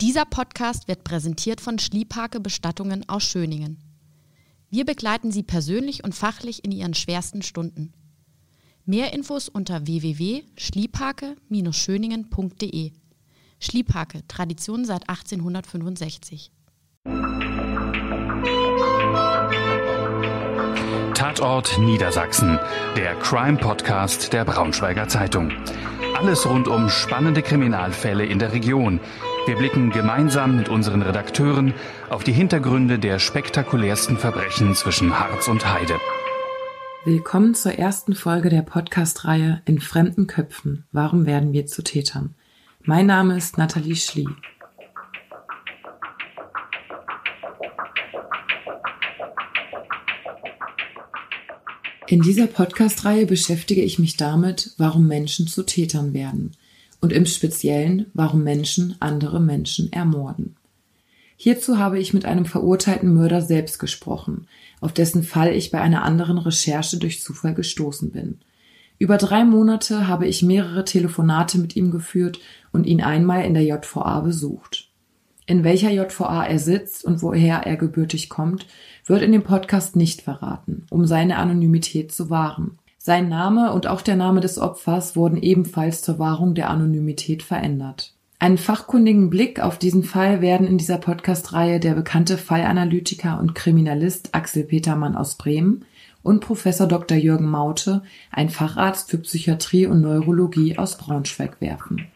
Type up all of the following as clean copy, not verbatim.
Dieser Podcast wird präsentiert von Schliephake Bestattungen aus Schöningen. Wir begleiten Sie persönlich und fachlich in Ihren schwersten Stunden. Mehr Infos unter www.schliephake-schöningen.de. Schliephake, Tradition seit 1865. Tatort Niedersachsen, der Crime-Podcast der Braunschweiger Zeitung. Alles rund um spannende Kriminalfälle in der Region. Wir blicken gemeinsam mit unseren Redakteuren auf die Hintergründe der spektakulärsten Verbrechen zwischen Harz und Heide. Willkommen zur ersten Folge der Podcast-Reihe In fremden Köpfen. Warum werden wir zu Tätern? Mein Name ist Nathalie Schlie. In dieser Podcast-Reihe beschäftige ich mich damit, warum Menschen zu Tätern werden und im Speziellen, warum Menschen andere Menschen ermorden. Hierzu habe ich mit einem verurteilten Mörder selbst gesprochen, auf dessen Fall ich bei einer anderen Recherche durch Zufall gestoßen bin. Über 3 Monate habe ich mehrere Telefonate mit ihm geführt und ihn einmal in der JVA besucht. In welcher JVA er sitzt und woher er gebürtig kommt, wird in dem Podcast nicht verraten, um seine Anonymität zu wahren. Sein Name und auch der Name des Opfers wurden ebenfalls zur Wahrung der Anonymität verändert. Einen fachkundigen Blick auf diesen Fall werden in dieser Podcast-Reihe der bekannte Fallanalytiker und Kriminalist Axel Petermann aus Bremen und Professor Dr. Jürgen Maute, ein Facharzt für Psychiatrie und Neurologie aus Braunschweig werfen.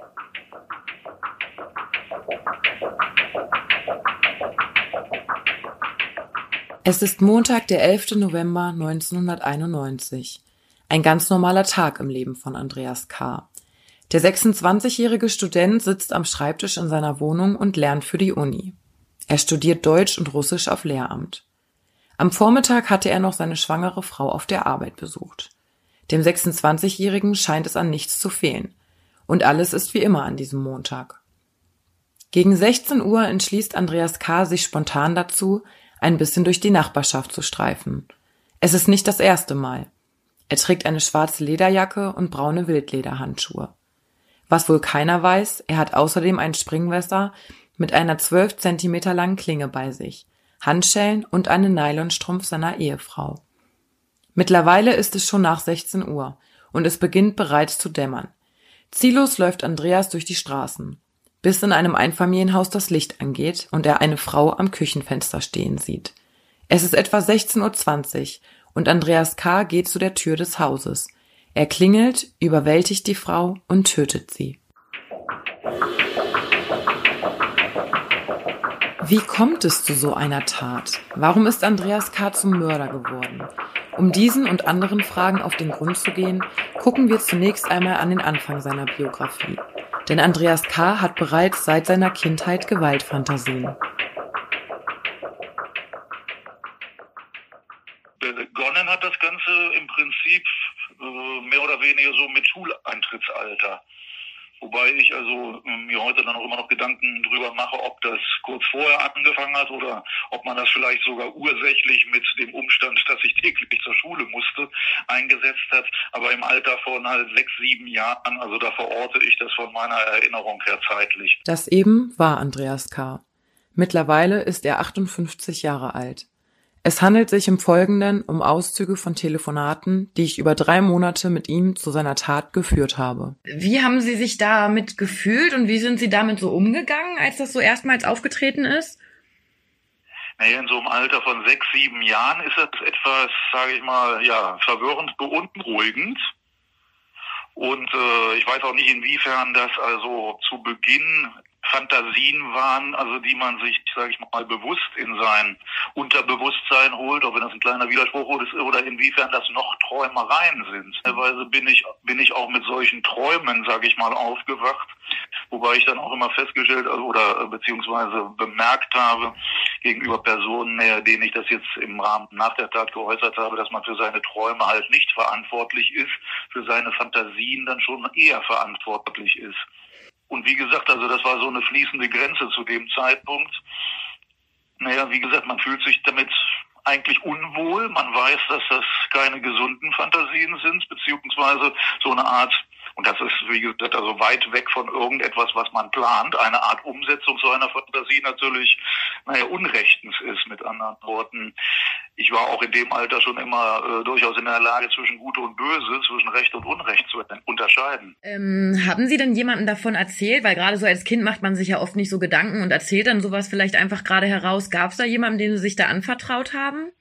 Es ist Montag, der 11. November 1991. Ein ganz normaler Tag im Leben von Andreas K. Der 26-jährige Student sitzt am Schreibtisch in seiner Wohnung und lernt für die Uni. Er studiert Deutsch und Russisch auf Lehramt. Am Vormittag hatte er noch seine schwangere Frau auf der Arbeit besucht. Dem 26-jährigen scheint es an nichts zu fehlen. Und alles ist wie immer an diesem Montag. Gegen 16 Uhr entschließt Andreas K. sich spontan dazu, ein bisschen durch die Nachbarschaft zu streifen. Es ist nicht das erste Mal. Er trägt eine schwarze Lederjacke und braune Wildlederhandschuhe. Was wohl keiner weiß, er hat außerdem ein Springmesser mit einer 12 Zentimeter langen Klinge bei sich, Handschellen und einen Nylonstrumpf seiner Ehefrau. Mittlerweile ist es schon nach 16 Uhr und es beginnt bereits zu dämmern. Ziellos läuft Andreas durch die Straßen, bis in einem Einfamilienhaus das Licht angeht und er eine Frau am Küchenfenster stehen sieht. Es ist etwa 16:20 Uhr und Andreas K. geht zu der Tür des Hauses. Er klingelt, überwältigt die Frau und tötet sie. Wie kommt es zu so einer Tat? Warum ist Andreas K. zum Mörder geworden? Um diesen und anderen Fragen auf den Grund zu gehen, gucken wir zunächst einmal an den Anfang seiner Biografie. Denn Andreas K. hat bereits seit seiner Kindheit Gewaltfantasien. Begonnen hat das Ganze im Prinzip mehr oder weniger so mit Schuleintrittsalter. Wobei ich also mir heute dann auch immer noch Gedanken drüber mache, ob das kurz vorher angefangen hat oder ob man das vielleicht sogar ursächlich mit dem Umstand, dass ich täglich zur Schule musste, eingesetzt hat. Aber im Alter von halt 6, 7 Jahren, also da verorte ich das von meiner Erinnerung her zeitlich. Das eben war Andreas K. Mittlerweile ist er 58 Jahre alt. Es handelt sich im Folgenden um Auszüge von Telefonaten, die ich über 3 Monate mit ihm zu seiner Tat geführt habe. Wie haben Sie sich damit gefühlt und wie sind Sie damit so umgegangen, als das so erstmals aufgetreten ist? Naja, in so einem Alter von 6, 7 Jahren ist das etwas, sage ich mal, ja, verwirrend, beunruhigend. Und ich weiß auch nicht, inwiefern das also zu Beginn Fantasien waren, also die man sich, sage ich mal, bewusst in sein Unterbewusstsein holt, auch wenn das ein kleiner Widerspruch ist, oder inwiefern das noch Träumereien sind. Teilweise bin ich auch mit solchen Träumen, sage ich mal, aufgewacht, wobei ich dann auch immer festgestellt oder beziehungsweise bemerkt habe gegenüber Personen, denen ich das jetzt im Rahmen nach der Tat geäußert habe, dass man für seine Träume halt nicht verantwortlich ist, für seine Fantasien dann schon eher verantwortlich ist. Und wie gesagt, also das war so eine fließende Grenze zu dem Zeitpunkt. Naja, wie gesagt, man fühlt sich damit eigentlich unwohl. Man weiß, dass das keine gesunden Fantasien sind, beziehungsweise so eine Art Und das ist, wie gesagt, also weit weg von irgendetwas, was man plant. Eine Art Umsetzung so einer Fantasie natürlich, unrechtens ist, mit anderen Worten. Ich war auch in dem Alter schon immer durchaus in der Lage, zwischen Gute und Böse, zwischen Recht und Unrecht zu unterscheiden. Haben Sie denn jemandem davon erzählt? Weil gerade so als Kind macht man sich ja oft nicht so Gedanken und erzählt dann sowas vielleicht einfach gerade heraus. Gab es da jemanden, dem Sie sich da anvertraut haben?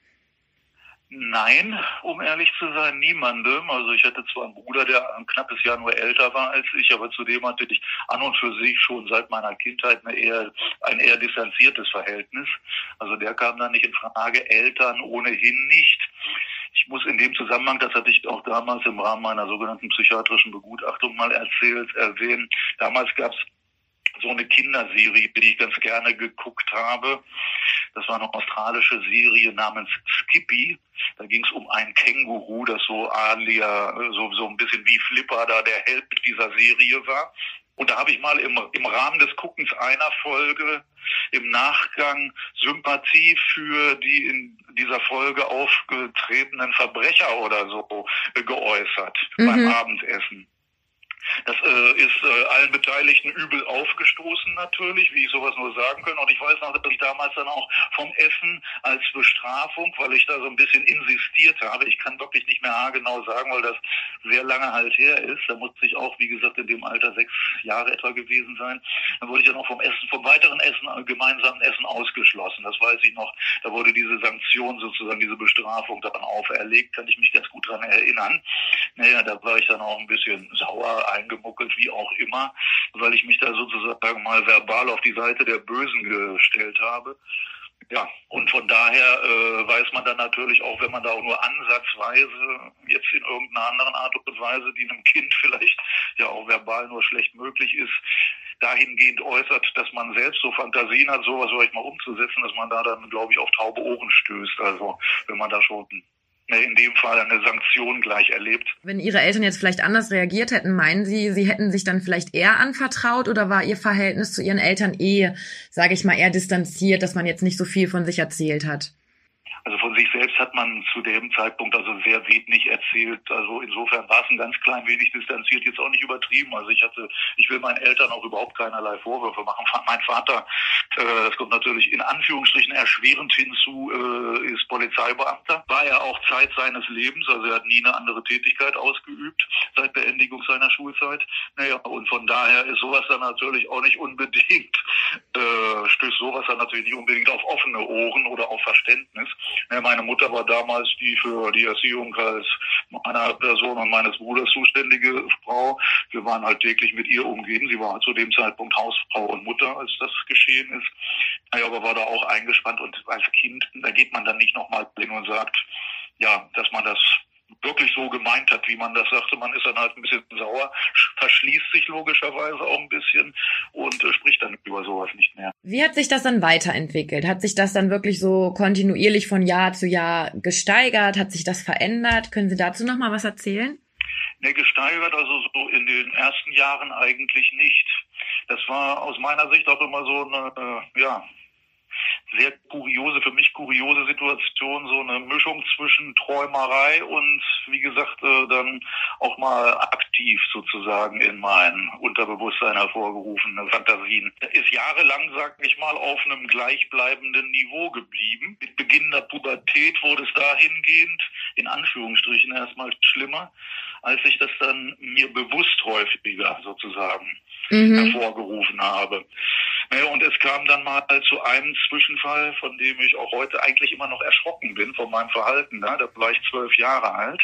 Nein, um ehrlich zu sein, niemandem. Also ich hatte zwar einen Bruder, der ein knappes Jahr nur älter war als ich, aber zudem hatte ich an und für sich schon seit meiner Kindheit ein eher distanziertes Verhältnis. Also der kam da nicht in Frage, Eltern ohnehin nicht. Ich muss in dem Zusammenhang, das hatte ich auch damals im Rahmen meiner sogenannten psychiatrischen Begutachtung mal erwähnen, damals gab es so eine Kinderserie, die ich ganz gerne geguckt habe. Das war eine australische Serie namens Skippy. Da ging es um ein Känguru, das so ein bisschen wie Flipper da der Held dieser Serie war. Und da habe ich mal im Rahmen des Guckens einer Folge im Nachgang Sympathie für die in dieser Folge aufgetretenen Verbrecher oder so geäußert beim Abendessen. Das ist allen Beteiligten übel aufgestoßen natürlich, wie ich sowas nur sagen kann. Und ich weiß noch, dass ich damals dann auch vom Essen als Bestrafung, weil ich da so ein bisschen insistiert habe, ich kann wirklich nicht mehr haargenau sagen, weil das sehr lange halt her ist. Da musste ich auch, wie gesagt, in dem Alter 6 Jahre etwa gewesen sein. Dann wurde ich dann auch vom weiteren Essen, gemeinsamen Essen ausgeschlossen. Das weiß ich noch. Da wurde diese Sanktion sozusagen, diese Bestrafung dann auferlegt, kann ich mich ganz gut dran erinnern. Naja, da war ich dann auch ein bisschen sauer, eingemuckelt, wie auch immer, weil ich mich da sozusagen mal verbal auf die Seite der Bösen gestellt habe. Ja, und von daher weiß man dann natürlich auch, wenn man da auch nur ansatzweise jetzt in irgendeiner anderen Art und Weise, die einem Kind vielleicht ja auch verbal nur schlecht möglich ist, dahingehend äußert, dass man selbst so Fantasien hat, sowas vielleicht mal umzusetzen, dass man da dann, glaube ich, auf taube Ohren stößt. Also wenn man da schon in dem Fall eine Sanktion gleich erlebt. Wenn Ihre Eltern jetzt vielleicht anders reagiert hätten, meinen Sie, Sie hätten sich dann vielleicht eher anvertraut oder war Ihr Verhältnis zu Ihren Eltern sage ich mal, eher distanziert, dass man jetzt nicht so viel von sich erzählt hat? Also von sich selbst hat man zu dem Zeitpunkt also sehr wenig erzählt. Also insofern war es ein ganz klein wenig distanziert, jetzt auch nicht übertrieben. Also ich will meinen Eltern auch überhaupt keinerlei Vorwürfe machen. Mein Vater, das kommt natürlich in Anführungsstrichen erschwerend hinzu, ist Polizeibeamter. War ja auch Zeit seines Lebens, also er hat nie eine andere Tätigkeit ausgeübt seit Beendigung seiner Schulzeit. Naja, und von daher ist sowas dann natürlich auch nicht unbedingt, stößt sowas dann natürlich nicht unbedingt auf offene Ohren oder auf Verständnis. Meine Mutter war damals die für die Erziehung als meiner Person und meines Bruders zuständige Frau. Wir waren halt täglich mit ihr umgeben. Sie war zu dem Zeitpunkt Hausfrau und Mutter, als das geschehen ist. Naja, aber war da auch eingespannt und als Kind, da geht man dann nicht nochmal hin und sagt, ja, dass man das wirklich so gemeint hat, wie man das sagte. Man ist dann halt ein bisschen sauer, verschließt sich logischerweise auch ein bisschen und spricht dann über sowas nicht mehr. Wie hat sich das dann weiterentwickelt? Hat sich das dann wirklich so kontinuierlich von Jahr zu Jahr gesteigert? Hat sich das verändert? Können Sie dazu noch mal was erzählen? Ne, gesteigert, also so in den ersten Jahren eigentlich nicht. Das war aus meiner Sicht auch immer so eine, sehr für mich kuriose Situation, so eine Mischung zwischen Träumerei und, wie gesagt, dann auch mal aktiv sozusagen in mein Unterbewusstsein hervorgerufene Fantasien. Ist jahrelang, sag ich mal, auf einem gleichbleibenden Niveau geblieben. Mit Beginn der Pubertät wurde es dahingehend, in Anführungsstrichen erstmal schlimmer, als ich das dann mir bewusst häufiger sozusagen hervorgerufen habe. Naja, und es kam dann mal zu einem Zwischenfall, von dem ich auch heute eigentlich immer noch erschrocken bin von meinem Verhalten. Da war ich 12 Jahre alt.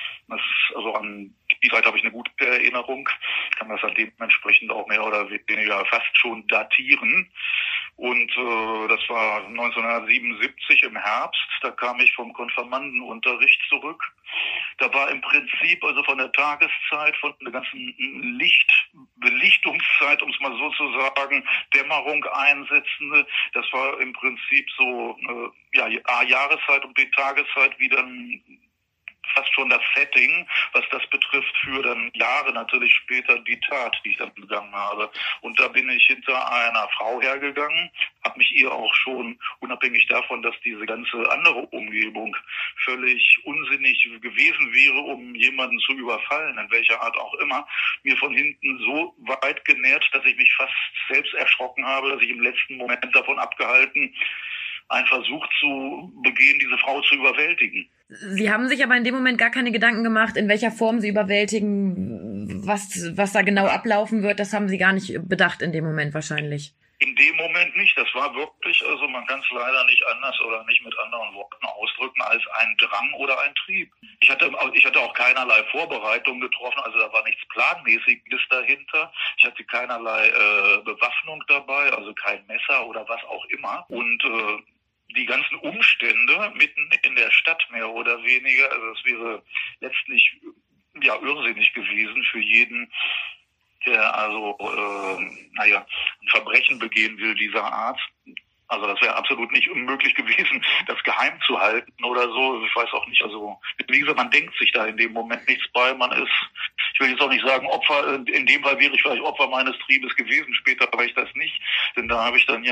An die Zeit habe ich eine gute Erinnerung, kann das dann dementsprechend auch mehr oder weniger fast schon datieren. Und das war 1977 im Herbst, da kam ich vom Konfirmandenunterricht zurück. Da war im Prinzip, also von der Tageszeit, von der ganzen Belichtungszeit, um es mal so zu sagen, Dämmerung einsetzende, das war im Prinzip so Jahreszeit und die Tageszeit wie dann fast schon das Setting, was das betrifft, für dann Jahre natürlich später die Tat, die ich dann begangen habe. Und da bin ich hinter einer Frau hergegangen, habe mich ihr auch schon, unabhängig davon, dass diese ganze andere Umgebung völlig unsinnig gewesen wäre, um jemanden zu überfallen, in welcher Art auch immer, mir von hinten so weit genährt, dass ich mich fast selbst erschrocken habe, dass ich im letzten Moment davon abgehalten, einen Versuch zu begehen, diese Frau zu überwältigen. Sie haben sich aber in dem Moment gar keine Gedanken gemacht, in welcher Form Sie überwältigen, was da genau ablaufen wird. Das haben Sie gar nicht bedacht in dem Moment wahrscheinlich. In dem Moment nicht. Das war wirklich, also man kann es leider nicht anders oder nicht mit anderen Worten ausdrücken, als ein Drang oder ein Trieb. Ich hatte auch keinerlei Vorbereitung getroffen, also da war nichts Planmäßiges dahinter. Ich hatte keinerlei Bewaffnung dabei, also kein Messer oder was auch immer. Und die ganzen Umstände mitten in der Stadt mehr oder weniger, also es wäre letztlich ja irrsinnig gewesen für jeden, der also ein Verbrechen begehen will dieser Art. Also das wäre absolut nicht unmöglich gewesen, das geheim zu halten oder so. Ich weiß auch nicht, also wie gesagt, man denkt sich da in dem Moment nichts bei. Man ist, ich will jetzt auch nicht sagen Opfer, in dem Fall wäre ich vielleicht Opfer meines Triebes gewesen, später war ich das nicht, denn da habe ich dann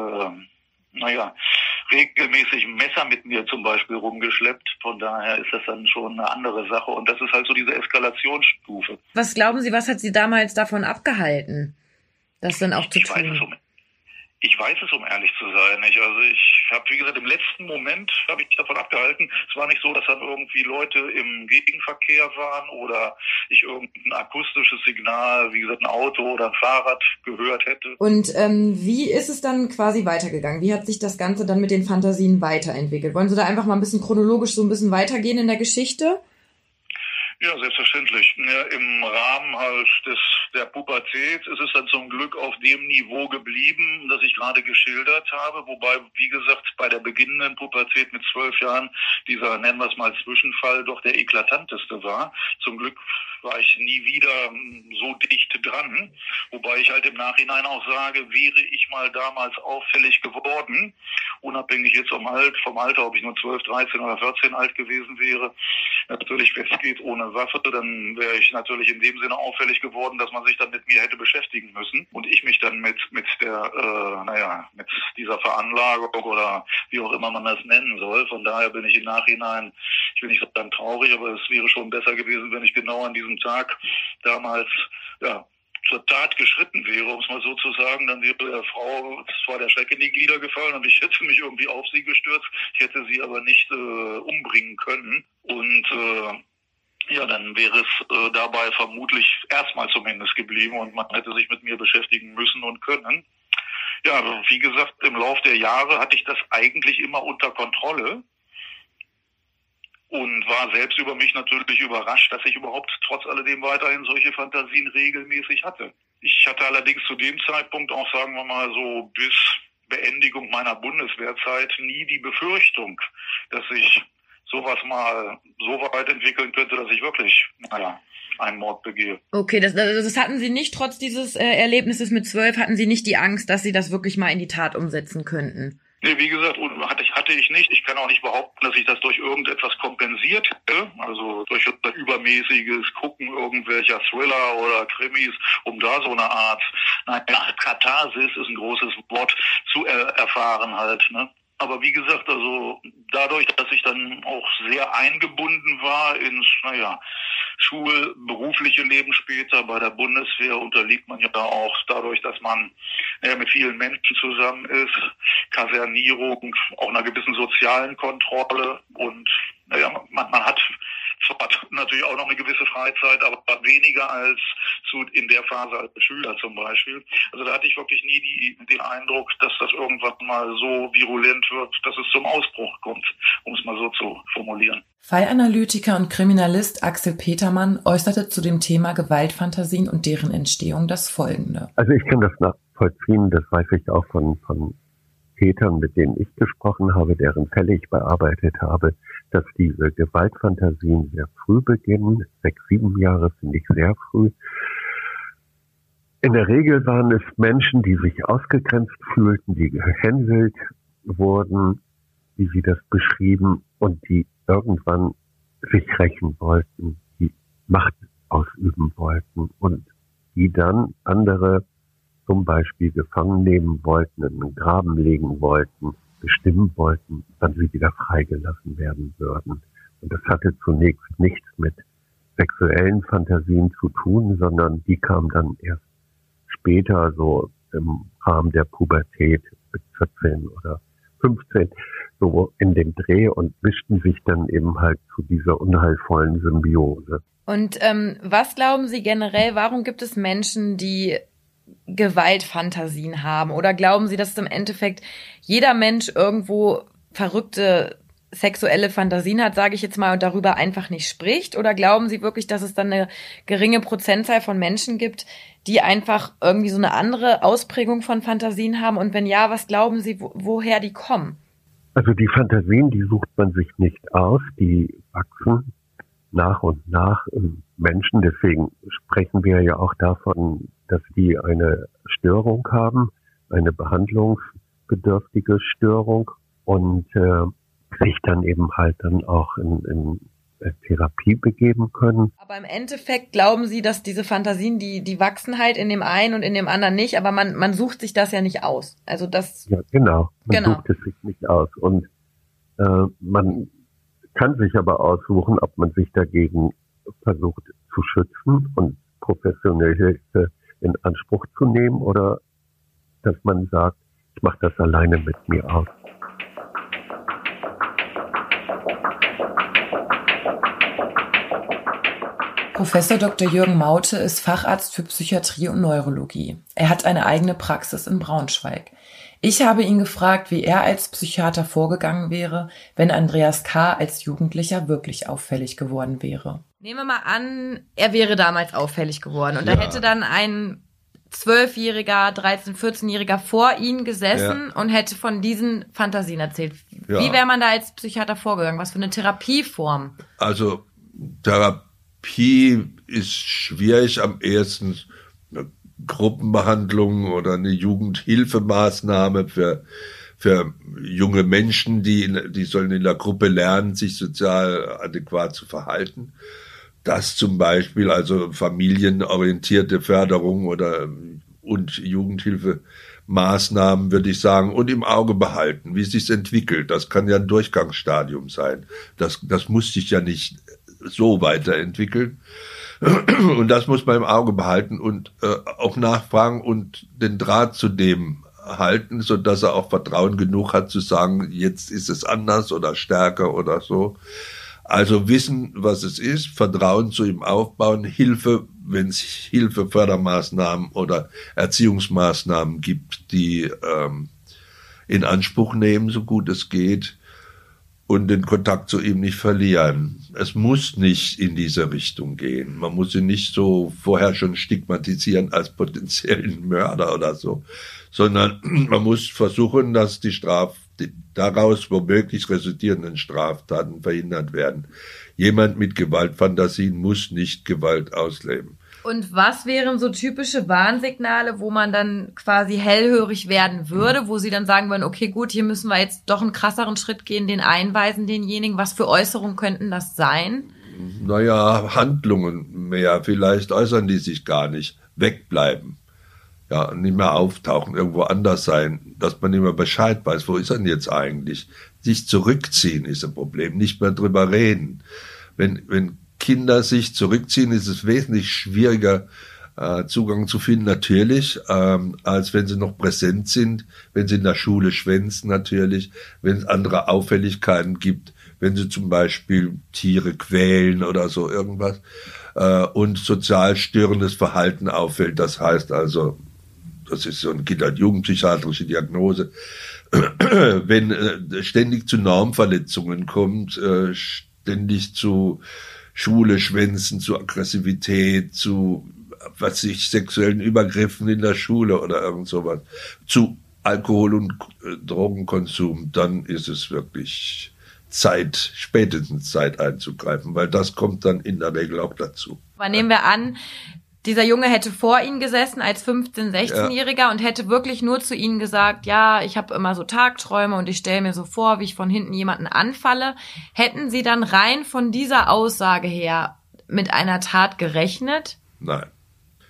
regelmäßig ein Messer mit mir zum Beispiel rumgeschleppt. Von daher ist das dann schon eine andere Sache. Und das ist halt so diese Eskalationsstufe. Was glauben Sie, was hat Sie damals davon abgehalten, das dann auch zu tun? Ich weiß es, um ehrlich zu sein, nicht. Also ich habe, wie gesagt, im letzten Moment habe ich davon abgehalten. Es war nicht so, dass dann irgendwie Leute im Gegenverkehr waren oder ich irgendein akustisches Signal, wie gesagt, ein Auto oder ein Fahrrad gehört hätte. Und wie ist es dann quasi weitergegangen? Wie hat sich das Ganze dann mit den Fantasien weiterentwickelt? Wollen Sie da einfach mal ein bisschen chronologisch so ein bisschen weitergehen in der Geschichte? Ja, selbstverständlich. Ja, im Rahmen halt der Pubertät ist es dann zum Glück auf dem Niveau geblieben, das ich gerade geschildert habe. Wobei, wie gesagt, bei der beginnenden Pubertät mit 12 Jahren dieser, nennen wir es mal, Zwischenfall doch der eklatanteste war. Zum Glück war ich nie wieder so dicht dran. Wobei ich halt im Nachhinein auch sage, wäre ich mal damals auffällig geworden, unabhängig jetzt vom Alter, ob ich nur 12, 13 oder 14 alt gewesen wäre. Natürlich, wenn es geht ohne Waffe, dann wäre ich natürlich in dem Sinne auffällig geworden, dass man sich dann mit mir hätte beschäftigen müssen und ich mich dann mit dieser Veranlagung oder wie auch immer man das nennen soll. Von daher bin ich im Nachhinein, ich will nicht sagen traurig, aber es wäre schon besser gewesen, wenn ich genau an diesem Tag damals zur Tat geschritten wäre, um es mal so zu sagen. Dann wäre der Frau zwar der Schreck in die Glieder gefallen und ich hätte mich irgendwie auf sie gestürzt, ich hätte sie aber nicht umbringen können. Und dann wäre es dabei vermutlich erstmal zumindest geblieben und man hätte sich mit mir beschäftigen müssen und können. Ja, wie gesagt, im Laufe der Jahre hatte ich das eigentlich immer unter Kontrolle und war selbst über mich natürlich überrascht, dass ich überhaupt trotz alledem weiterhin solche Fantasien regelmäßig hatte. Ich hatte allerdings zu dem Zeitpunkt auch, sagen wir mal so, bis Beendigung meiner Bundeswehrzeit nie die Befürchtung, dass ich sowas mal so weit entwickeln könnte, dass ich wirklich, einen Mord begehe. Okay, das hatten Sie nicht, trotz dieses Erlebnisses mit 12, hatten Sie nicht die Angst, dass Sie das wirklich mal in die Tat umsetzen könnten? Nee, wie gesagt, hatte ich nicht. Ich kann auch nicht behaupten, dass ich das durch irgendetwas kompensiert hätte. Also durch übermäßiges Gucken irgendwelcher Thriller oder Krimis, um da so eine Art, Katharsis ist ein großes Wort, zu erfahren halt, ne? Aber wie gesagt, also dadurch, dass ich dann auch sehr eingebunden war ins, schulberufliche Leben später bei der Bundeswehr, unterliegt man ja auch dadurch, dass man mit vielen Menschen zusammen ist, Kasernierung, auch einer gewissen sozialen Kontrolle und man hat zwar natürlich auch noch eine gewisse Freizeit, aber weniger als in der Phase als Schüler zum Beispiel. Also da hatte ich wirklich nie den Eindruck, dass das irgendwann mal so virulent wird, dass es zum Ausbruch kommt, um es mal so zu formulieren. Fallanalytiker und Kriminalist Axel Petermann äußerte zu dem Thema Gewaltfantasien und deren Entstehung das Folgende. Also ich kann das nachvollziehen, das weiß ich auch von Tätern, mit denen ich gesprochen habe, deren Fälle ich bearbeitet habe, dass diese Gewaltfantasien sehr früh beginnen. 6, 7 Jahre finde ich sehr früh. In der Regel waren es Menschen, die sich ausgegrenzt fühlten, die gehänselt wurden, wie sie das beschrieben, und die irgendwann sich rächen wollten, die Macht ausüben wollten und die dann andere zum Beispiel gefangen nehmen wollten, in einen Graben legen wollten, bestimmen wollten, wann sie wieder freigelassen werden würden. Und das hatte zunächst nichts mit sexuellen Fantasien zu tun, sondern die kamen dann erst später, so im Rahmen der Pubertät mit 14 oder 15, so in dem Dreh und mischten sich dann eben halt zu dieser unheilvollen Symbiose. Und was glauben Sie generell, warum gibt es Menschen, die Gewaltfantasien haben? Oder glauben Sie, dass im Endeffekt jeder Mensch irgendwo verrückte sexuelle Fantasien hat, sage ich jetzt mal, und darüber einfach nicht spricht? Oder glauben Sie wirklich, dass es dann eine geringe Prozentzahl von Menschen gibt, die einfach irgendwie so eine andere Ausprägung von Fantasien haben? Und wenn ja, was glauben Sie, woher die kommen? Also die Fantasien, die sucht man sich nicht aus, die wachsen nach und nach im Menschen. Deswegen sprechen wir ja auch davon, dass die eine Störung haben, eine behandlungsbedürftige Störung und sich dann eben halt dann auch in Therapie begeben können. Aber im Endeffekt glauben Sie, dass diese Fantasien, die wachsen halt in dem einen und in dem anderen nicht, aber man sucht sich das ja nicht aus. Also das. Ja, genau. Man sucht es sich nicht aus. Und man kann sich aber aussuchen, ob man sich dagegen versucht zu schützen und professionelle Hilfe in Anspruch zu nehmen oder dass man sagt, ich mache das alleine mit mir aus. Professor Dr. Jürgen Maute ist Facharzt für Psychiatrie und Neurologie. Er hat eine eigene Praxis in Braunschweig. Ich habe ihn gefragt, wie er als Psychiater vorgegangen wäre, wenn Andreas K. als Jugendlicher wirklich auffällig geworden wäre. Nehmen wir mal an, er wäre damals auffällig geworden und da hätte dann ein 12-Jähriger, 13-, 14-Jähriger vor ihm gesessen und hätte von diesen Fantasien erzählt. Wie wäre man da als Psychiater vorgegangen? Was für eine Therapieform? Also Therapie ist schwierig, am ehesten eine Gruppenbehandlung oder eine Jugendhilfemaßnahme für junge Menschen, die sollen in der Gruppe lernen, sich sozial adäquat zu verhalten. Das zum Beispiel, also familienorientierte Förderung und Jugendhilfemaßnahmen, würde ich sagen, und im Auge behalten, wie es sich entwickelt. Das kann ja ein Durchgangsstadium sein. Das muss sich ja nicht so weiterentwickeln. Und das muss man im Auge behalten und auch nachfragen und den Draht zu dem halten, so dass er auch Vertrauen genug hat zu sagen, jetzt ist es anders oder stärker oder so. Also wissen, was es ist, Vertrauen zu ihm aufbauen, Hilfe, wenn es Hilfefördermaßnahmen oder Erziehungsmaßnahmen gibt, die in Anspruch nehmen, so gut es geht, und den Kontakt zu ihm nicht verlieren. Es muss nicht in diese Richtung gehen. Man muss ihn nicht so vorher schon stigmatisieren als potenziellen Mörder oder so, sondern man muss versuchen, dass die daraus womöglich resultierenden Straftaten verhindert werden. Jemand mit Gewaltfantasien muss nicht Gewalt ausleben. Und was wären so typische Warnsignale, wo man dann quasi hellhörig werden würde, wo Sie dann sagen würden, okay, gut, hier müssen wir jetzt doch einen krasseren Schritt gehen, den einweisen, denjenigen. Was für Äußerungen könnten das sein? Naja, Handlungen mehr. Vielleicht äußern die sich gar nicht. Wegbleiben. Ja, nicht mehr auftauchen, irgendwo anders sein, dass man nicht mehr Bescheid weiß, wo ist er denn jetzt eigentlich? Sich zurückziehen ist ein Problem, nicht mehr drüber reden. Wenn Kinder sich zurückziehen, ist es wesentlich schwieriger, Zugang zu finden, natürlich, als wenn sie noch präsent sind, wenn sie in der Schule schwänzen, natürlich, wenn es andere Auffälligkeiten gibt, wenn sie zum Beispiel Tiere quälen oder so irgendwas, und sozial störendes Verhalten auffällt. Das heißt also, das ist so eine Kinder- und Jugendpsychiatrische Diagnose, wenn ständig zu Normverletzungen kommt, ständig zu Schule schwänzen, zu Aggressivität, zu sexuellen Übergriffen in der Schule oder irgend sowas, zu Alkohol- und Drogenkonsum, dann ist es wirklich spätestens Zeit einzugreifen, weil das kommt dann in der Regel auch dazu. Aber nehmen wir an, dieser Junge hätte vor Ihnen gesessen als 15-, 16-Jähriger und hätte wirklich nur zu Ihnen gesagt, ja, ich habe immer so Tagträume und ich stelle mir so vor, wie ich von hinten jemanden anfalle. Hätten Sie dann rein von dieser Aussage her mit einer Tat gerechnet? Nein.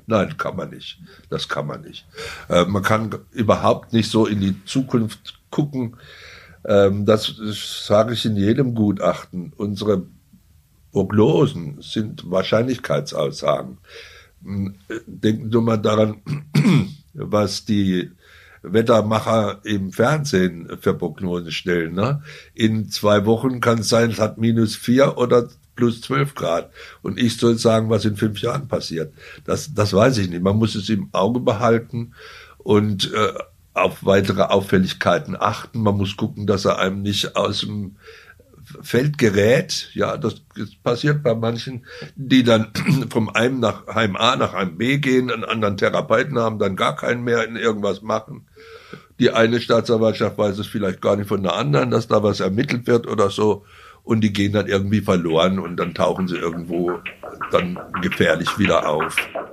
Nein, kann man nicht. Das kann man nicht. Man kann überhaupt nicht so in die Zukunft gucken. Das sage ich in jedem Gutachten. Unsere Prognosen sind Wahrscheinlichkeitsaussagen. Denken Sie mal daran, was die Wettermacher im Fernsehen für Prognosen stellen. Ne? In 2 Wochen kann es sein, es hat -4 oder +12 Grad. Und ich soll sagen, was in 5 Jahren passiert. Das weiß ich nicht. Man muss es im Auge behalten und auf weitere Auffälligkeiten achten. Man muss gucken, dass er einem nicht aus dem Feld gerät. Ja, das passiert bei manchen, die dann vom einem nach Heim A nach Heim B gehen, einen anderen Therapeuten haben, dann gar keinen mehr in irgendwas machen. Die eine Staatsanwaltschaft weiß es vielleicht gar nicht von der anderen, dass da was ermittelt wird oder so. Und die gehen dann irgendwie verloren und dann tauchen sie irgendwo dann gefährlich wieder auf.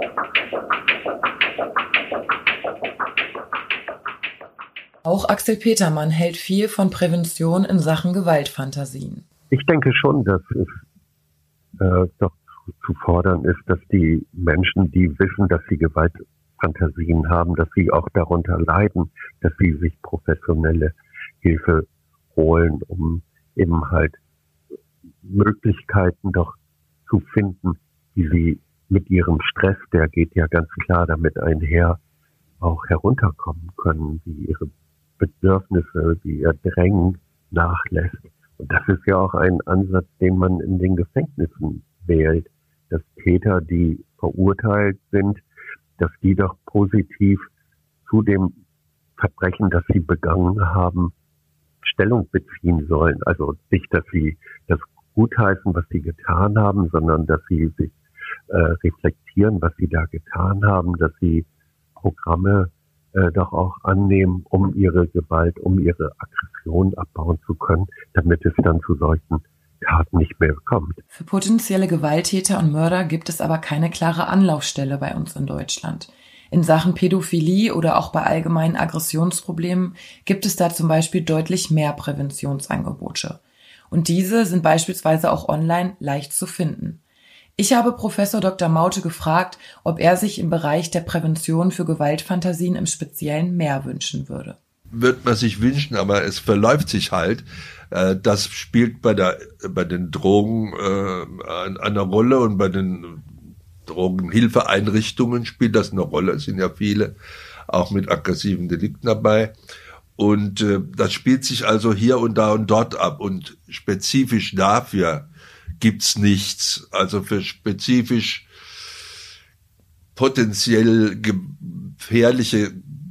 Auch Axel Petermann hält viel von Prävention in Sachen Gewaltfantasien. Ich denke schon, dass es doch zu fordern ist, dass die Menschen, die wissen, dass sie Gewaltfantasien haben, dass sie auch darunter leiden, dass sie sich professionelle Hilfe holen, um eben halt Möglichkeiten doch zu finden, wie sie mit ihrem Stress, der geht ja ganz klar damit einher, auch herunterkommen können, wie ihre Bedürfnisse, wie ihr Drängen nachlässt. Und das ist ja auch ein Ansatz, den man in den Gefängnissen wählt, dass Täter, die verurteilt sind, dass die doch positiv zu dem Verbrechen, das sie begangen haben, Stellung beziehen sollen. Also nicht, dass sie das gutheißen, was sie getan haben, sondern dass sie sich reflektieren, was sie da getan haben, dass sie Programme doch auch annehmen, um ihre Gewalt, um ihre Aggression abbauen zu können, damit es dann zu solchen Taten nicht mehr kommt. Für potenzielle Gewalttäter und Mörder gibt es aber keine klare Anlaufstelle bei uns in Deutschland. In Sachen Pädophilie oder auch bei allgemeinen Aggressionsproblemen gibt es da zum Beispiel deutlich mehr Präventionsangebote. Und diese sind beispielsweise auch online leicht zu finden. Ich habe Professor Dr. Maute gefragt, ob er sich im Bereich der Prävention für Gewaltfantasien im Speziellen mehr wünschen würde. Würde man sich wünschen, aber es verläuft sich halt. Das spielt bei den Drogen eine Rolle und bei den Drogenhilfeeinrichtungen spielt das eine Rolle. Es sind ja viele auch mit aggressiven Delikten dabei. Und das spielt sich also hier und da und dort ab. Und spezifisch dafür gibt's nichts. Also für spezifisch potenziell gefährliche,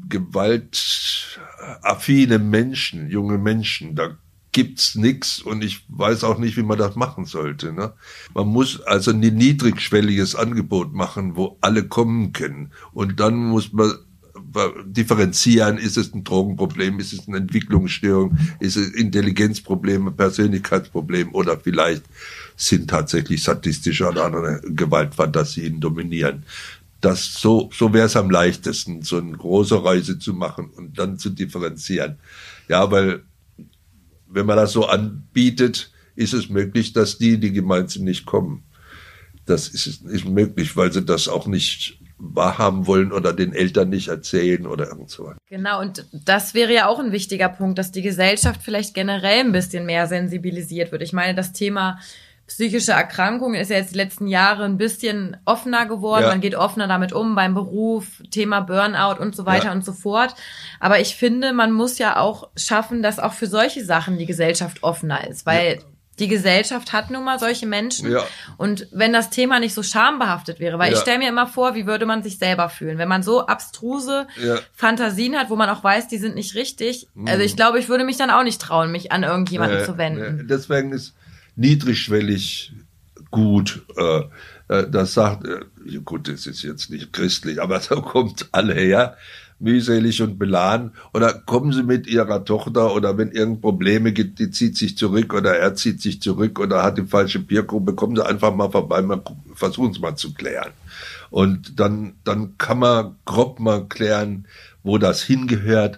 gewaltaffine Menschen, junge Menschen, da gibt's nichts und ich weiß auch nicht, wie man das machen sollte. Ne? Man muss also ein niedrigschwelliges Angebot machen, wo alle kommen können. Und dann muss man differenzieren, ist es ein Drogenproblem, ist es eine Entwicklungsstörung, ist es Intelligenzprobleme, Persönlichkeitsproblem oder vielleicht sind tatsächlich sadistische oder andere Gewaltfantasien dominieren. So wäre es am leichtesten, so eine große Reise zu machen und dann zu differenzieren. Ja, weil wenn man das so anbietet, ist es möglich, dass die gemeint sind, nicht kommen. Das ist nicht möglich, weil sie das auch nicht wahrhaben wollen oder den Eltern nicht erzählen oder irgend so. Genau, und das wäre ja auch ein wichtiger Punkt, dass die Gesellschaft vielleicht generell ein bisschen mehr sensibilisiert wird. Ich meine, das Thema psychische Erkrankungen ist ja jetzt die letzten Jahre ein bisschen offener geworden. Ja. Man geht offener damit um beim Beruf, Thema Burnout und so weiter und so fort. Aber ich finde, man muss ja auch schaffen, dass auch für solche Sachen die Gesellschaft offener ist, weil die Gesellschaft hat nun mal solche Menschen. Ja. Und wenn das Thema nicht so schambehaftet wäre, weil ich stelle mir immer vor, wie würde man sich selber fühlen, wenn man so abstruse Fantasien hat, wo man auch weiß, die sind nicht richtig. Also ich glaube, ich würde mich dann auch nicht trauen, mich an irgendjemanden zu wenden. Deswegen ist niedrigschwellig gut. Das sagt, gut, das ist jetzt nicht christlich, aber so kommt alle her, mühselig und beladen. Oder kommen Sie mit Ihrer Tochter oder wenn irgend Probleme gibt, die zieht sich zurück oder er zieht sich zurück oder hat die falsche Peergruppe, kommen Sie einfach mal vorbei, versuchen es mal zu klären. Und dann kann man grob mal klären, wo das hingehört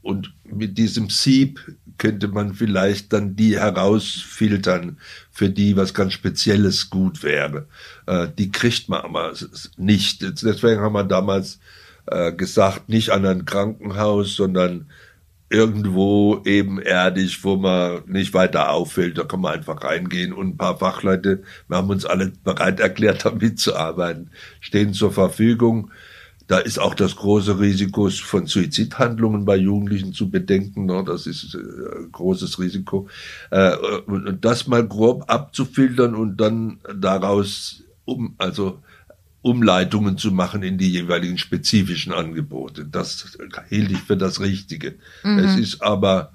Und mit diesem Sieb könnte man vielleicht dann die herausfiltern, für die was ganz Spezielles gut wäre. Die kriegt man aber nicht. Deswegen haben wir damals gesagt, nicht an ein Krankenhaus, sondern irgendwo ebenerdig, wo man nicht weiter auffällt. Da kann man einfach reingehen und ein paar Fachleute, wir haben uns alle bereit erklärt, da mitzuarbeiten, stehen zur Verfügung. Da ist auch das große Risiko von Suizidhandlungen bei Jugendlichen zu bedenken. Das ist ein großes Risiko. Und das mal grob abzufiltern und dann daraus Umleitungen zu machen in die jeweiligen spezifischen Angebote. Das hielt ich für das Richtige. Es ist aber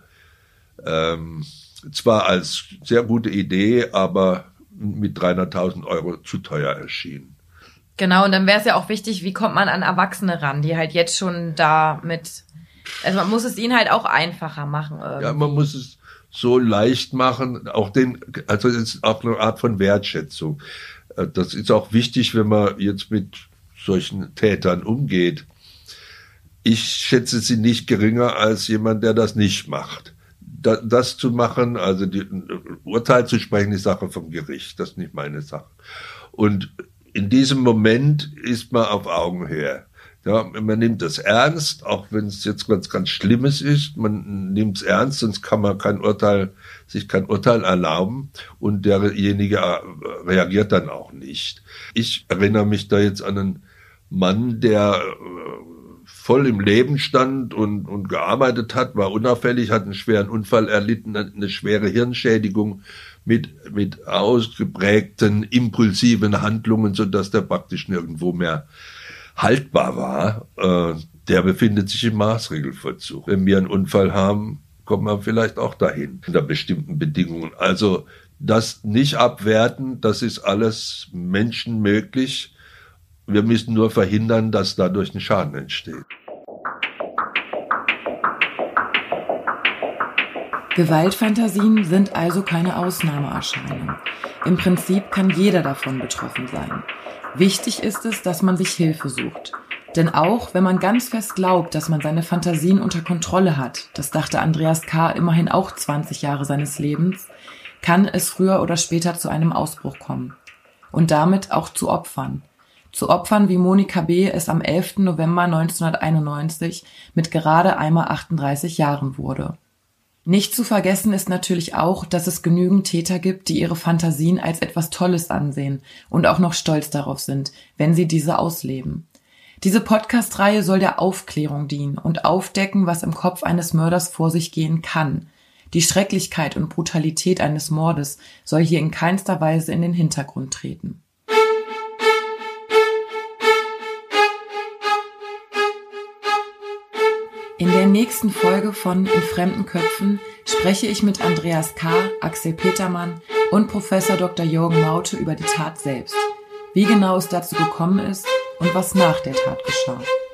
zwar als sehr gute Idee, aber mit 300.000 € zu teuer erschienen. Genau, und dann wäre es ja auch wichtig, wie kommt man an Erwachsene ran, die halt jetzt schon damit, also man muss es ihnen halt auch einfacher machen. Irgendwie. Ja, man muss es so leicht machen, also es ist auch eine Art von Wertschätzung. Das ist auch wichtig, wenn man jetzt mit solchen Tätern umgeht. Ich schätze sie nicht geringer als jemand, der das nicht macht. Das zu machen, also ein Urteil zu sprechen, ist Sache vom Gericht, das ist nicht meine Sache. Und in diesem Moment ist man auf Augenhöhe. Ja, man nimmt das ernst, auch wenn es jetzt ganz Schlimmes ist. Man nimmt es ernst, sonst kann man sich kein Urteil erlauben und derjenige reagiert dann auch nicht. Ich erinnere mich da jetzt an einen Mann, der voll im Leben stand und gearbeitet hat, war unauffällig, hat einen schweren Unfall erlitten, eine schwere Hirnschädigung mit ausgeprägten impulsiven Handlungen, sodass der praktisch nirgendwo mehr haltbar war. Der befindet sich im Maßregelvollzug. Wenn wir einen Unfall haben, kommt man vielleicht auch dahin, unter bestimmten Bedingungen. Also das nicht abwerten, das ist alles menschenmöglich. Wir müssen nur verhindern, dass dadurch ein Schaden entsteht. Gewaltfantasien sind also keine Ausnahmeerscheinung. Im Prinzip kann jeder davon betroffen sein. Wichtig ist es, dass man sich Hilfe sucht. Denn auch wenn man ganz fest glaubt, dass man seine Fantasien unter Kontrolle hat, das dachte Andreas K. immerhin auch 20 Jahre seines Lebens, kann es früher oder später zu einem Ausbruch kommen. Und damit auch zu Opfern. Zu Opfern wie Monika B. es am 11. November 1991 mit gerade einmal 38 Jahren wurde. Nicht zu vergessen ist natürlich auch, dass es genügend Täter gibt, die ihre Fantasien als etwas Tolles ansehen und auch noch stolz darauf sind, wenn sie diese ausleben. Diese Podcast-Reihe soll der Aufklärung dienen und aufdecken, was im Kopf eines Mörders vor sich gehen kann. Die Schrecklichkeit und Brutalität eines Mordes soll hier in keinster Weise in den Hintergrund treten. In der nächsten Folge von In fremden Köpfen spreche ich mit Andreas K., Axel Petermann und Professor Dr. Jürgen Maute über die Tat selbst, wie genau es dazu gekommen ist und was nach der Tat geschah.